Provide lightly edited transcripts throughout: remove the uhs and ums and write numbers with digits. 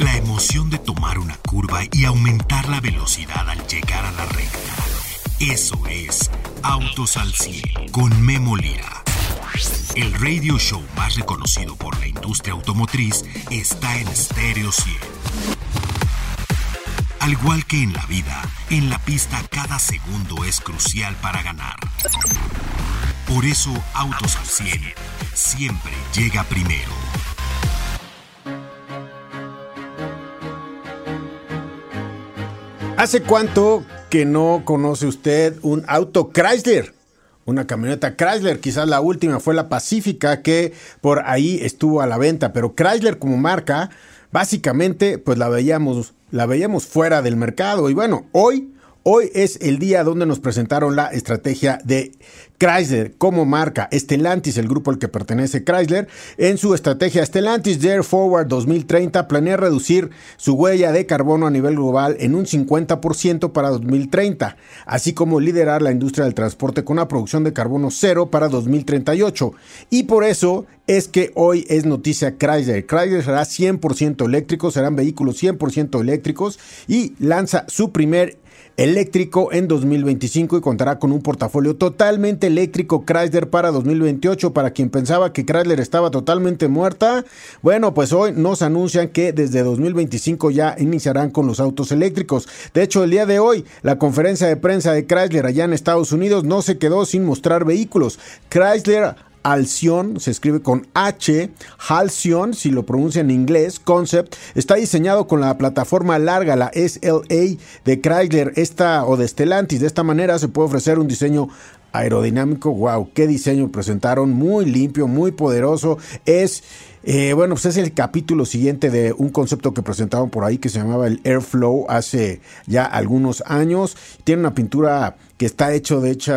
La emoción de tomar una curva y aumentar la velocidad al llegar a la recta. Eso es Autos al 100 con Memo Lira. El radio show más reconocido por la industria automotriz está en Stereo 100. Al igual que en la vida, en la pista cada segundo es crucial para ganar. Por eso Autos al 100 siempre llega primero. ¿Hace cuánto que no conoce usted un auto Chrysler? Una camioneta Chrysler, quizás la última fue la Pacífica, que por ahí estuvo a la venta, pero Chrysler como marca, básicamente, pues la veíamos fuera del mercado. Y bueno, hoy es el día donde nos presentaron la estrategia de Chrysler como marca. Stellantis, el grupo al que pertenece Chrysler, en su estrategia Stellantis Dare Forward 2030 planea reducir su huella de carbono a nivel global en un 50% para 2030, así como liderar la industria del transporte con una producción de carbono cero para 2038. Y por eso es que hoy es noticia Chrysler. Chrysler será 100% eléctrico, serán vehículos 100% eléctricos y lanza su primer eléctrico en 2025 y contará con un portafolio totalmente eléctrico Chrysler para 2028. Para quien pensaba que Chrysler estaba totalmente muerta, bueno, pues hoy nos anuncian que desde 2025 ya iniciarán con los autos eléctricos. De hecho, el día de hoy, la conferencia de prensa de Chrysler allá en Estados Unidos no se quedó sin mostrar vehículos. Chrysler Halcyon, se escribe con H, Halcyon, si lo pronuncia en inglés, Concept, está diseñado con la plataforma larga, la SLA de Chrysler, o de Stellantis. De esta manera se puede ofrecer un diseño aerodinámico. Wow, qué diseño presentaron, muy limpio, muy poderoso. Bueno, pues es el capítulo siguiente de un concepto que presentaron por ahí que se llamaba el Airflow hace ya algunos años. Tiene una pintura que está hecho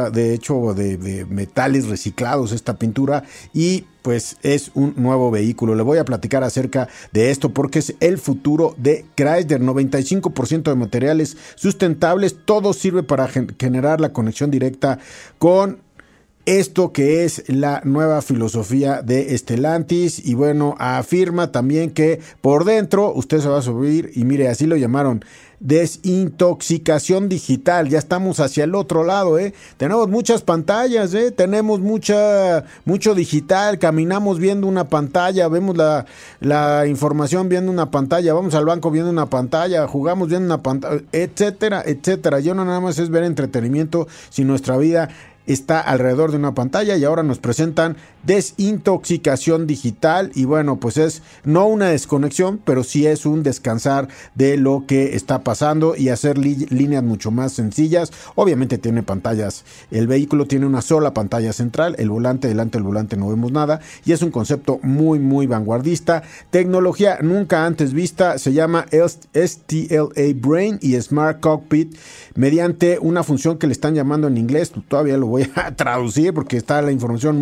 de metales reciclados, esta pintura, y pues es un nuevo vehículo. Le voy a platicar acerca de esto porque es el futuro de Chrysler. 95% de materiales sustentables, todo sirve para generar la conexión directa con esto que es la nueva filosofía de Stellantis. Y bueno, afirma también que por dentro usted se va a subir y mire, así lo llamaron, desintoxicación digital. Ya estamos hacia el otro lado, tenemos muchas pantallas, tenemos mucho digital, caminamos viendo una pantalla, vemos la información viendo una pantalla, vamos al banco viendo una pantalla, jugamos viendo una pantalla, etcétera, etcétera. Ya no nada más es ver entretenimiento, si nuestra vida está alrededor de una pantalla. Y ahora nos presentan desintoxicación digital, y bueno, pues es no una desconexión, pero sí es un descansar de lo que está pasando y hacer líneas mucho más sencillas. Obviamente tiene pantallas, el vehículo tiene una sola pantalla central, el volante, delante del volante no vemos nada, y es un concepto muy muy vanguardista, tecnología nunca antes vista. Se llama STLA Brain y Smart Cockpit, mediante una función que le están llamando en inglés, todavía lo voy a traducir porque está la información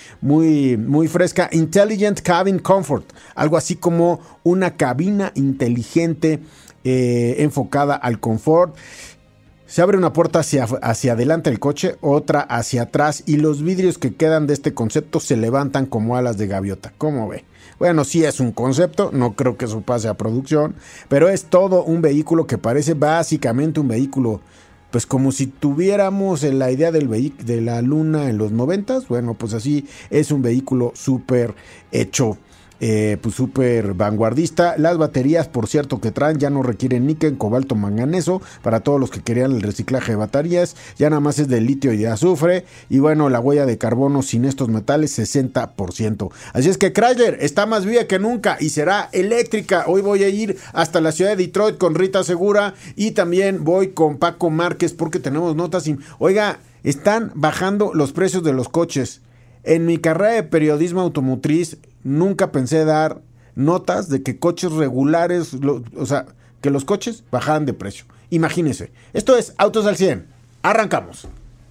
muy fresca, Intelligent Cabin Comfort, algo así como una cabina inteligente enfocada al confort. Se abre una puerta hacia adelante del coche, otra hacia atrás, y los vidrios que quedan de este concepto se levantan como alas de gaviota. ¿Cómo ve? Bueno, sí es un concepto, no creo que eso pase a producción, pero es todo un vehículo que parece básicamente un vehículo, pues como si tuviéramos la idea de la luna en los 90s. Bueno, pues así es un vehículo súper hecho, pues súper vanguardista. Las baterías, por cierto, que traen ya no requieren níquel, cobalto, manganeso, para todos los que querían el reciclaje de baterías, ya nada más es de litio y de azufre. Y bueno, la huella de carbono sin estos metales, 60%. Así es que Chrysler está más viva que nunca y será eléctrica. Hoy voy a ir hasta la ciudad de Detroit con Rita Segura, y también voy con Paco Márquez porque tenemos notas. Oiga, están bajando los precios de los coches. En mi carrera de periodismo automotriz nunca pensé dar notas de que coches regulares, que los coches bajaran de precio. Imagínense. Esto es Autos al 100. Arrancamos.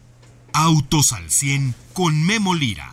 Autos al 100 con Memo Lira.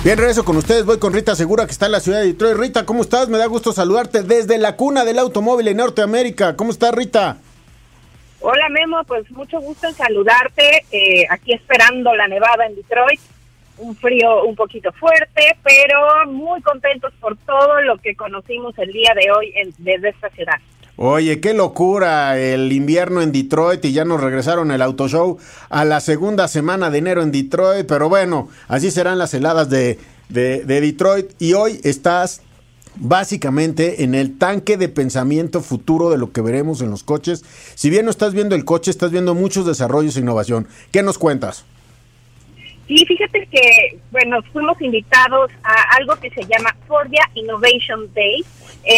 Bien, regreso con ustedes, voy con Rita Segura, que está en la ciudad de Detroit. Rita, ¿cómo estás? Me da gusto saludarte desde la cuna del automóvil en Norteamérica. ¿Cómo estás, Rita? Hola, Memo, pues mucho gusto en saludarte, aquí esperando la nevada en Detroit, un frío un poquito fuerte, pero muy contentos por todo lo que conocimos el día de hoy desde esta ciudad. Oye, qué locura el invierno en Detroit y ya nos regresaron el Auto Show a la segunda semana de enero en Detroit, pero bueno, así serán las heladas de Detroit y hoy estás básicamente en el tanque de pensamiento futuro de lo que veremos en los coches. Si bien no estás viendo el coche, estás viendo muchos desarrollos e innovación. ¿Qué nos cuentas? Sí, fíjate que, bueno, fuimos invitados a algo que se llama Fordia Innovation Day.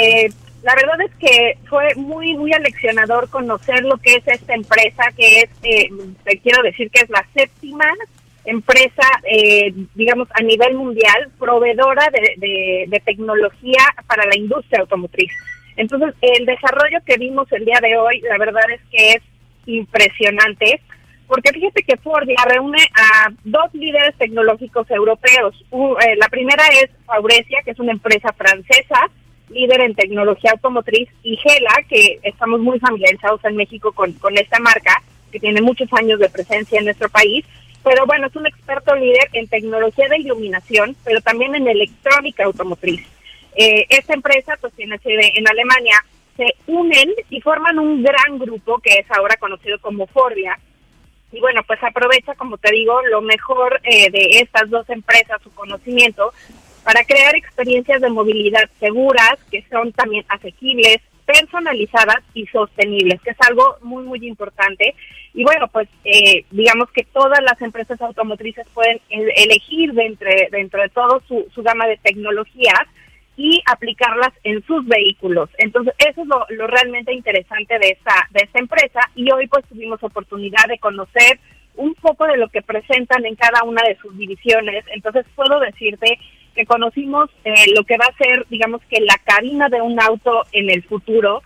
La verdad es que fue muy, muy aleccionador conocer lo que es esta empresa, que es, te quiero decir que es la séptima empresa, digamos, a nivel mundial, proveedora de tecnología para la industria automotriz. Entonces, el desarrollo que vimos el día de hoy, la verdad es que es impresionante, porque fíjate que Fordia reúne a dos líderes tecnológicos europeos. La primera es Faurecia, que es una empresa francesa, líder en tecnología automotriz, y Gela, que estamos muy familiarizados en México con esta marca, que tiene muchos años de presencia en nuestro país, pero bueno, es un experto líder en tecnología de iluminación, pero también en electrónica automotriz. Esta empresa pues tiene sede en Alemania, se unen y forman un gran grupo que es ahora conocido como Fordia, y bueno, pues aprovecha, como te digo, lo mejor de estas dos empresas, su conocimiento, para crear experiencias de movilidad seguras, que son también asequibles, personalizadas y sostenibles, que es algo muy, muy importante. Y bueno, pues digamos que todas las empresas automotrices pueden elegir dentro de todo su gama de tecnologías y aplicarlas en sus vehículos. Entonces, eso es lo realmente interesante de esta empresa, y hoy pues tuvimos oportunidad de conocer un poco de lo que presentan en cada una de sus divisiones. Entonces, puedo decirte que conocimos lo que va a ser, digamos que la cabina de un auto en el futuro,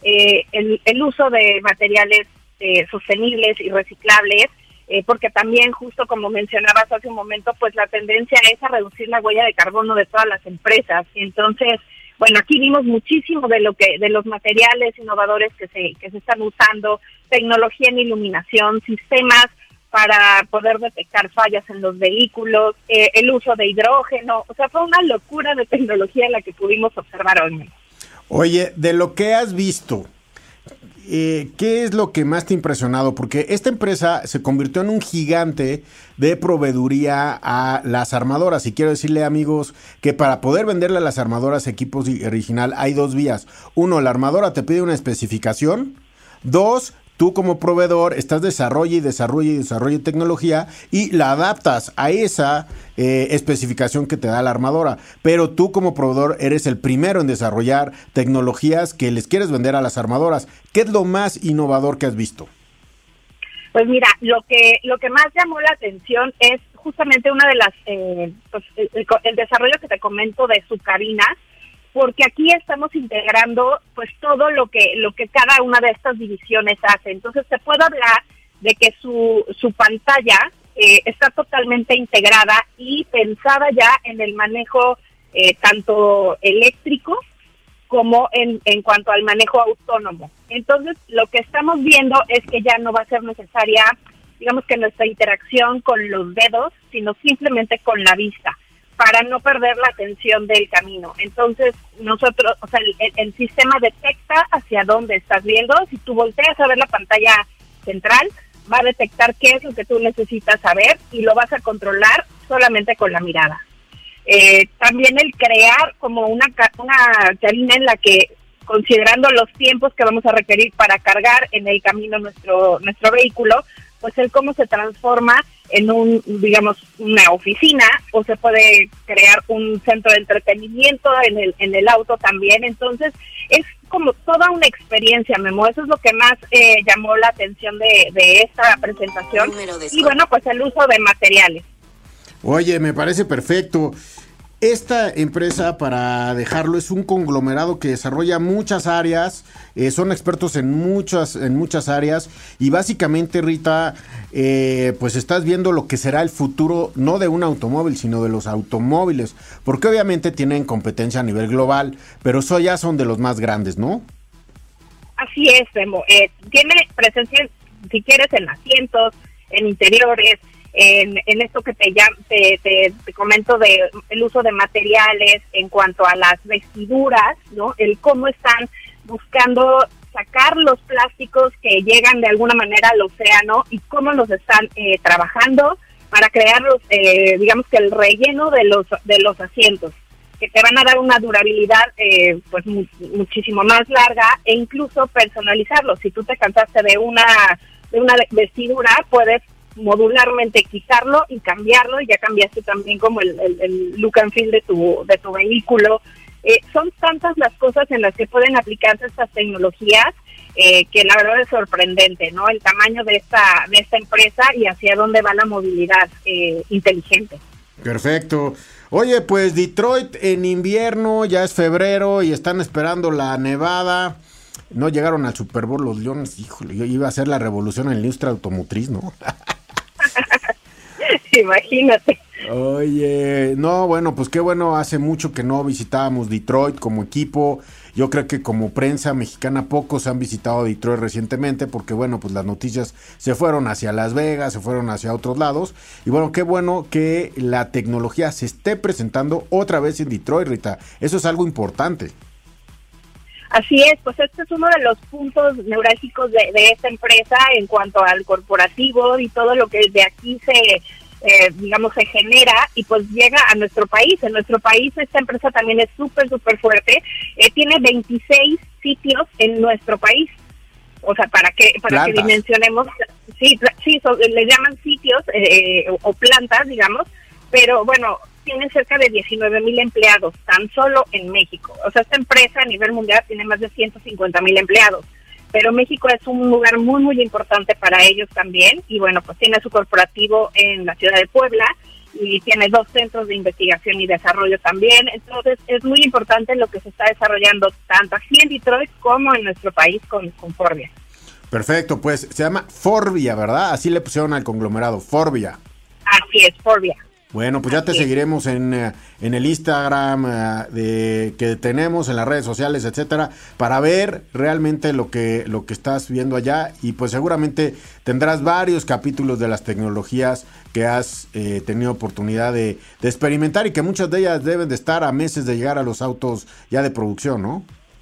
el uso de materiales sostenibles y reciclables, porque también, justo como mencionabas hace un momento, pues la tendencia es a reducir la huella de carbono de todas las empresas. Entonces, bueno, aquí vimos muchísimo de los materiales innovadores que se están usando, tecnología en iluminación, sistemas para poder detectar fallas en los vehículos, el uso de hidrógeno. O sea, fue una locura de tecnología la que pudimos observar hoy. Oye, de lo que has visto, ¿qué es lo que más te ha impresionado? Porque esta empresa se convirtió en un gigante de proveeduría a las armadoras. Y quiero decirle, amigos, que para poder venderle a las armadoras equipos original hay dos vías. Uno, la armadora te pide una especificación. Dos, tú como proveedor estás desarrolle tecnología y la adaptas a esa especificación que te da la armadora. Pero tú como proveedor eres el primero en desarrollar tecnologías que les quieres vender a las armadoras. ¿Qué es lo más innovador que has visto? Pues mira, lo que más llamó la atención es justamente una de las el desarrollo que te comento de su cabina, porque aquí estamos integrando pues todo lo que cada una de estas divisiones hace. Entonces te puedo hablar de que su pantalla está totalmente integrada y pensada ya en el manejo tanto eléctrico como en cuanto al manejo autónomo. Entonces lo que estamos viendo es que ya no va a ser necesaria, digamos que nuestra interacción con los dedos, sino simplemente con la vista, para no perder la atención del camino. Entonces, nosotros, o sea, el sistema detecta hacia dónde estás viendo. Si tú volteas a ver la pantalla central, va a detectar qué es lo que tú necesitas saber y lo vas a controlar solamente con la mirada. También el crear como una cabina en la que, considerando los tiempos que vamos a requerir para cargar en el camino nuestro vehículo, pues el cómo se transforma en una oficina, o se puede crear un centro de entretenimiento en el auto también. Entonces es como toda una experiencia, Memo. Eso es lo que más llamó la atención de esta presentación. Y bueno, pues el uso de materiales. Oye, me parece perfecto. Esta empresa, para dejarlo, es un conglomerado que desarrolla muchas áreas, son expertos en muchas áreas, y básicamente, Rita, pues estás viendo lo que será el futuro, no de un automóvil, sino de los automóviles, porque obviamente tienen competencia a nivel global, pero ya son de los más grandes, ¿no? Así es, Memo. Tiene presencia, si quieres, en asientos, en interiores, en esto que te comento de el uso de materiales, en cuanto a las vestiduras, ¿no? El cómo están buscando sacar los plásticos que llegan de alguna manera al océano y cómo los están trabajando para crear digamos que el relleno de los asientos, que te van a dar una durabilidad pues muchísimo más larga, e incluso personalizarlo. Si tú te cansaste de una vestidura, puedes modularmente quitarlo y cambiarlo, y ya cambiaste también como el look and feel de tu vehículo. Son tantas las cosas en las que pueden aplicarse estas tecnologías, que la verdad es sorprendente, ¿no? El tamaño de esta empresa y hacia dónde va la movilidad inteligente. Perfecto. Oye, pues Detroit en invierno, ya es febrero y están esperando la nevada. No llegaron al Super Bowl los Leones, híjole, iba a ser la revolución en la industria automotriz, ¿no? Imagínate. Oye, no, bueno, pues qué bueno, hace mucho que no visitábamos Detroit como equipo. Yo creo que como prensa mexicana pocos han visitado Detroit recientemente, porque bueno, pues las noticias se fueron hacia Las Vegas, se fueron hacia otros lados, y bueno, qué bueno que la tecnología se esté presentando otra vez en Detroit, Rita. Eso es algo importante. Así es, pues este es uno de los puntos neurálgicos de esta empresa en cuanto al corporativo y todo lo que de aquí se genera, y pues llega a nuestro país. En nuestro país esta empresa también es súper fuerte. Tiene 26 sitios en nuestro país. O sea, para que dimensionemos, sí, le llaman sitios o plantas, digamos, pero bueno, tiene cerca de 19,000 empleados tan solo en México. O sea, esta empresa a nivel mundial tiene más de 150,000 empleados, pero México es un lugar muy importante para ellos también, y bueno, pues tiene su corporativo en la ciudad de Puebla, y tiene 2 centros de investigación y desarrollo también. Entonces es muy importante lo que se está desarrollando tanto aquí en Detroit como en nuestro país con Forvia. Perfecto, pues se llama Forvia, ¿verdad? Así le pusieron al conglomerado, Forvia. Así es, Forvia. Bueno, pues ya te seguiremos en el Instagram que tenemos, en las redes sociales, etcétera, para ver realmente lo que estás viendo allá, y pues seguramente tendrás varios capítulos de las tecnologías que has tenido oportunidad de experimentar, y que muchas de ellas deben de estar a meses de llegar a los autos ya de producción, ¿no?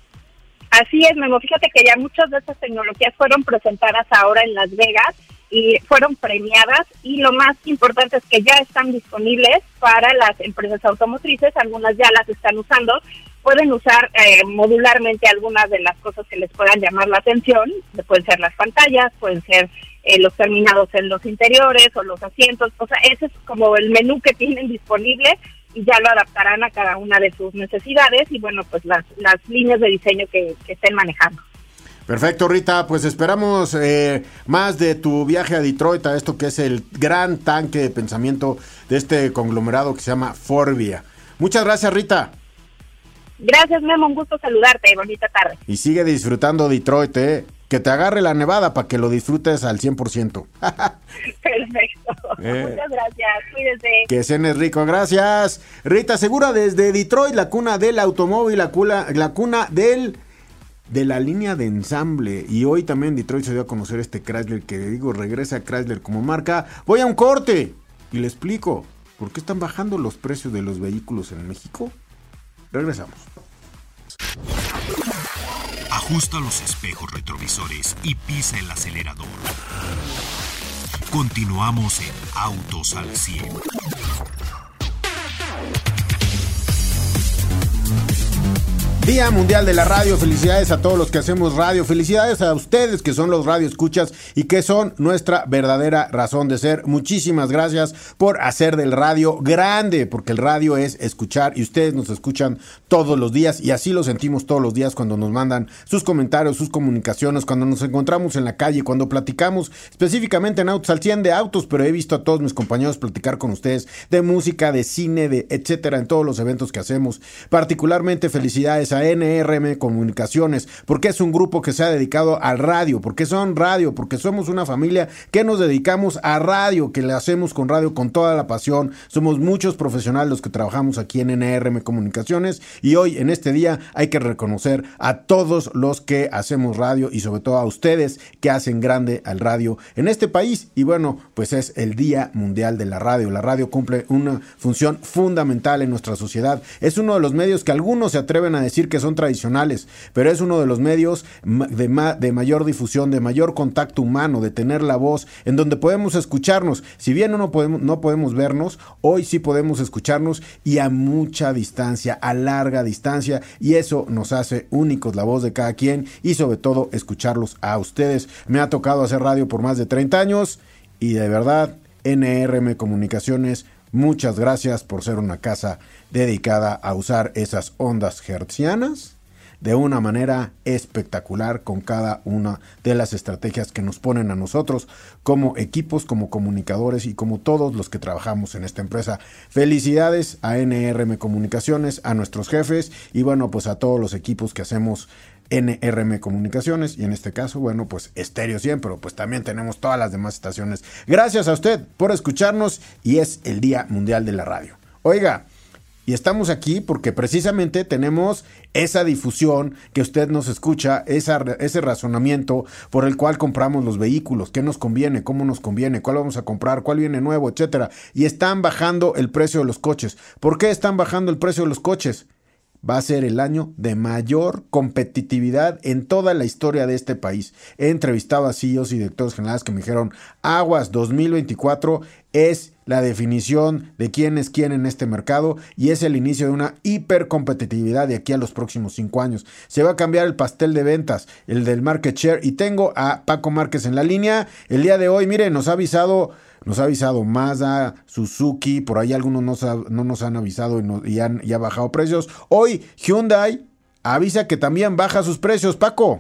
Así es, Memo. Fíjate que ya muchas de estas tecnologías fueron presentadas ahora en Las Vegas y fueron premiadas, y lo más importante es que ya están disponibles para las empresas automotrices. Algunas ya las están usando. Pueden usar modularmente algunas de las cosas que les puedan llamar la atención. Pueden ser las pantallas, pueden ser los terminados en los interiores o los asientos. O sea, ese es como el menú que tienen disponible, y ya lo adaptarán a cada una de sus necesidades y bueno, pues las líneas de diseño que estén manejando. Perfecto, Rita, pues esperamos más de tu viaje a Detroit, a esto que es el gran tanque de pensamiento de este conglomerado que se llama Forvia. Muchas gracias, Rita. Gracias, Memo, un gusto saludarte, bonita tarde. Y sigue disfrutando Detroit, que te agarre la nevada para que lo disfrutes al 100%. Perfecto, muchas gracias, cuídense. Que cenes rico, gracias. Rita Segura desde Detroit, la cuna del automóvil, la cuna de la línea de ensamble. Y hoy también Detroit se dio a conocer este Chrysler, que digo, regresa a Chrysler como marca. Voy a un corte y le explico por qué están bajando los precios de los vehículos en México. Regresamos. Ajusta los espejos retrovisores y pisa el acelerador. Continuamos en Autos al 100. Día Mundial de la Radio, felicidades a todos los que hacemos radio, felicidades a ustedes que son los radioescuchas y que son nuestra verdadera razón de ser. Muchísimas gracias por hacer del radio grande, porque el radio es escuchar y ustedes nos escuchan todos los días y así lo sentimos todos los días cuando nos mandan sus comentarios, sus comunicaciones, cuando nos encontramos en la calle, cuando platicamos específicamente en Autos al 100 de autos, pero he visto a todos mis compañeros platicar con ustedes de música, de cine, de etcétera, en todos los eventos que hacemos. Particularmente felicidades a NRM Comunicaciones, porque es un grupo que se ha dedicado al radio, porque son radio, porque somos una familia que nos dedicamos a radio, que le hacemos con radio con toda la pasión. Somos muchos profesionales los que trabajamos aquí en NRM Comunicaciones y hoy en este día hay que reconocer a todos los que hacemos radio y sobre todo a ustedes que hacen grande al radio en este país. Y bueno, pues es el Día Mundial de la Radio. La radio cumple una función fundamental en nuestra sociedad. Es uno de los medios que algunos se atreven a decir que son tradicionales, pero es uno de los medios de mayor difusión, de mayor contacto humano, de tener la voz, en donde podemos escucharnos. Si bien no podemos vernos, hoy sí podemos escucharnos y a mucha distancia, a larga distancia, y eso nos hace únicos, la voz de cada quien y sobre todo escucharlos a ustedes. Me ha tocado hacer radio por más de 30 años y de verdad, NRM Comunicaciones, muchas gracias por ser una casa dedicada a usar esas ondas hertzianas de una manera espectacular con cada una de las estrategias que nos ponen a nosotros como equipos, como comunicadores y como todos los que trabajamos en esta empresa. Felicidades a NRM Comunicaciones, a nuestros jefes y bueno, pues a todos los equipos que hacemos NRM Comunicaciones y en este caso, bueno, pues Estéreo 100, pero pues también tenemos todas las demás estaciones. Gracias a usted por escucharnos y es el Día Mundial de la Radio. Oiga, y estamos aquí porque precisamente tenemos esa difusión que usted nos escucha, ese razonamiento por el cual compramos los vehículos, qué nos conviene, cómo nos conviene, cuál vamos a comprar, cuál viene nuevo, etcétera. Y están bajando el precio de los coches. ¿Por qué están bajando el precio de los coches? Va a ser el año de mayor competitividad en toda la historia de este país. He entrevistado a CEOs y directores generales que me dijeron, aguas, 2024 es la definición de quién es quién en este mercado y es el inicio de una hipercompetitividad de aquí a los próximos 5 años. Se va a cambiar el pastel de ventas, el del market share, y tengo a Paco Márquez en la línea. El día de hoy, mire, nos ha avisado Mazda, Suzuki, por ahí algunos no nos han avisado y ha bajado precios. Hoy Hyundai avisa que también baja sus precios, Paco.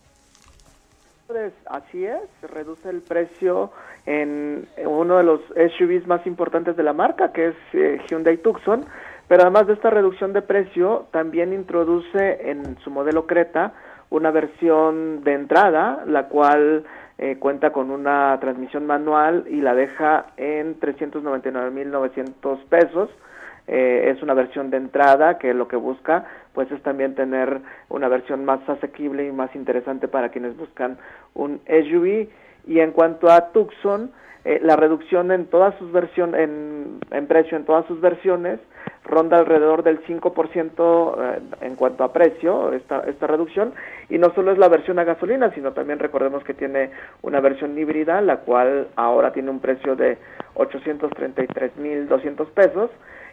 Pues así es, se reduce el precio en uno de los SUVs más importantes de la marca, que es Hyundai Tucson, pero además de esta reducción de precio, también introduce en su modelo Creta una versión de entrada, la cual cuenta con una transmisión manual y la deja en 399,900 pesos. Es una versión de entrada que lo que busca pues es también tener una versión más asequible y más interesante para quienes buscan un SUV. Y en cuanto a Tucson, la reducción en todas sus versiones, en precio en todas sus versiones, ronda alrededor del 5% en cuanto a precio, esta reducción, y no solo es la versión a gasolina, sino también recordemos que tiene una versión híbrida, la cual ahora tiene un precio de 833,200 pesos,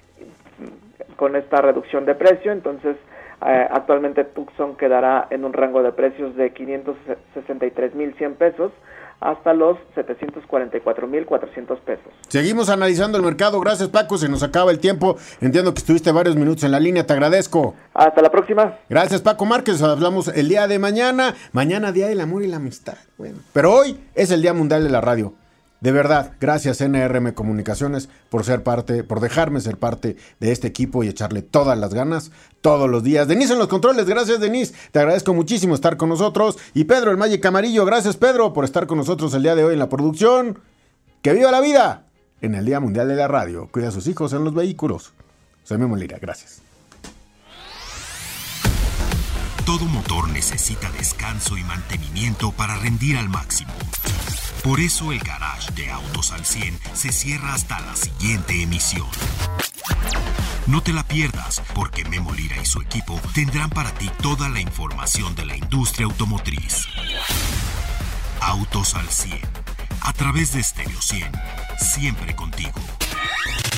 con esta reducción de precio. Entonces actualmente Tucson quedará en un rango de precios de 563,100 pesos hasta los 744,400 pesos. Seguimos analizando el mercado. Gracias, Paco, se nos acaba el tiempo. Entiendo que estuviste varios minutos en la línea, te agradezco. Hasta la próxima. Gracias, Paco Márquez. Hablamos el día de mañana. Mañana, Día del Amor y la Amistad. Bueno, pero hoy es el Día Mundial de la Radio. De verdad, gracias NRM Comunicaciones por dejarme ser parte de este equipo y echarle todas las ganas todos los días. Denise en los controles, gracias Denise, te agradezco muchísimo estar con nosotros. Y Pedro, el Magic Amarillo, gracias Pedro por estar con nosotros el día de hoy en la producción. ¡Que viva la vida! En el Día Mundial de la Radio, cuida a sus hijos en los vehículos. Soy Memo Lira, gracias. Todo motor necesita descanso y mantenimiento para rendir al máximo. Por eso el garage de Autos al 100 se cierra hasta la siguiente emisión. No te la pierdas, porque Memo Lira y su equipo tendrán para ti toda la información de la industria automotriz. Autos al 100, a través de Estéreo 100, siempre contigo.